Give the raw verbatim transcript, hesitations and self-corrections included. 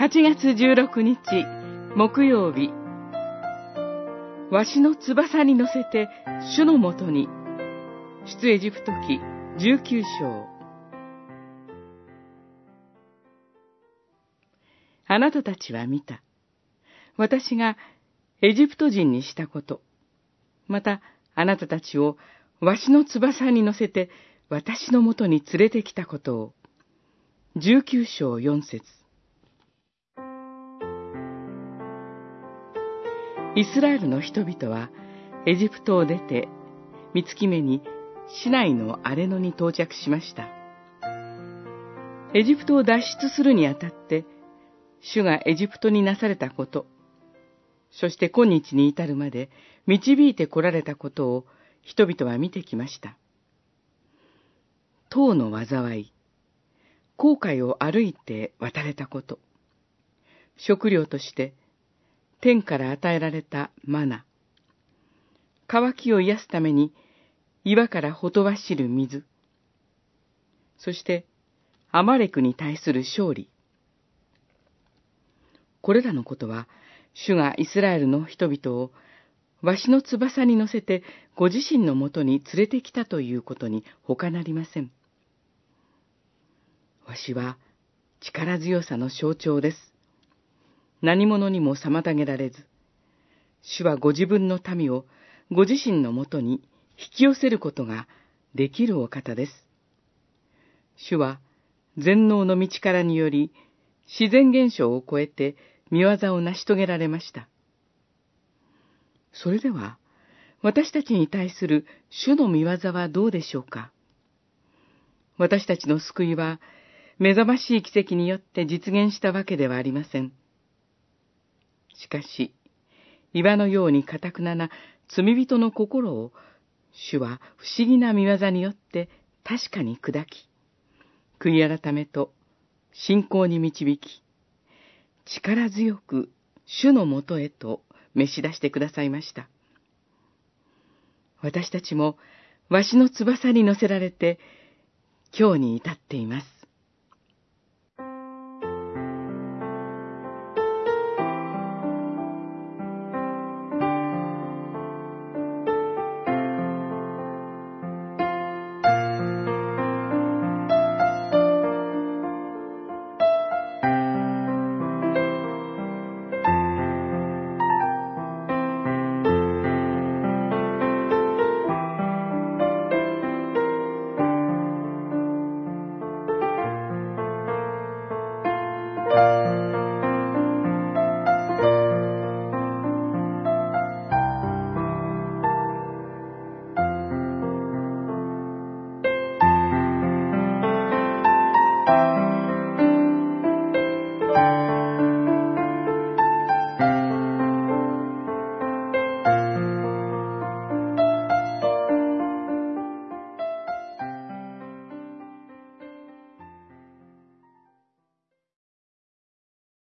はちがつじゅうろくにち木曜日、わしの翼に乗せて主のもとに。出エジプト記じゅうきゅうしょう。あなたたちは見た。私がエジプト人にしたこと。またあなたたちをわしの翼に乗せて私のもとに連れてきたことを。じゅうきゅうしょうよんせつ。イスラエルの人々はエジプトを出て、三月目にシナイの荒れ野に到着しました。エジプトを脱出するにあたって、主がエジプトになされたこと、そして今日に至るまで導いて来られたことを人々は見てきました。塔の災い、紅海を歩いて渡れたこと、食料として天から与えられたマナ、渇きを癒すために岩からほとばしる水、そしてアマレクに対する勝利。これらのことは、主がイスラエルの人々をわしの翼に乗せてご自身のもとに連れてきたということに他なりません。わしは力強さの象徴です。何者にも妨げられず、主はご自分の民をご自身のもとに引き寄せることができるお方です。主は全能の道からにより自然現象を超えて御業を成し遂げられました。それでは私たちに対する主の御業はどうでしょうか。私たちの救いは目覚ましい奇跡によって実現したわけではありません。しかし、岩のように堅くなな罪人の心を、主は不思議な御業によって確かに砕き、悔い改めと信仰に導き、力強く主のもとへと召し出してくださいました。私たちもわしの翼に乗せられて、今日に至っています。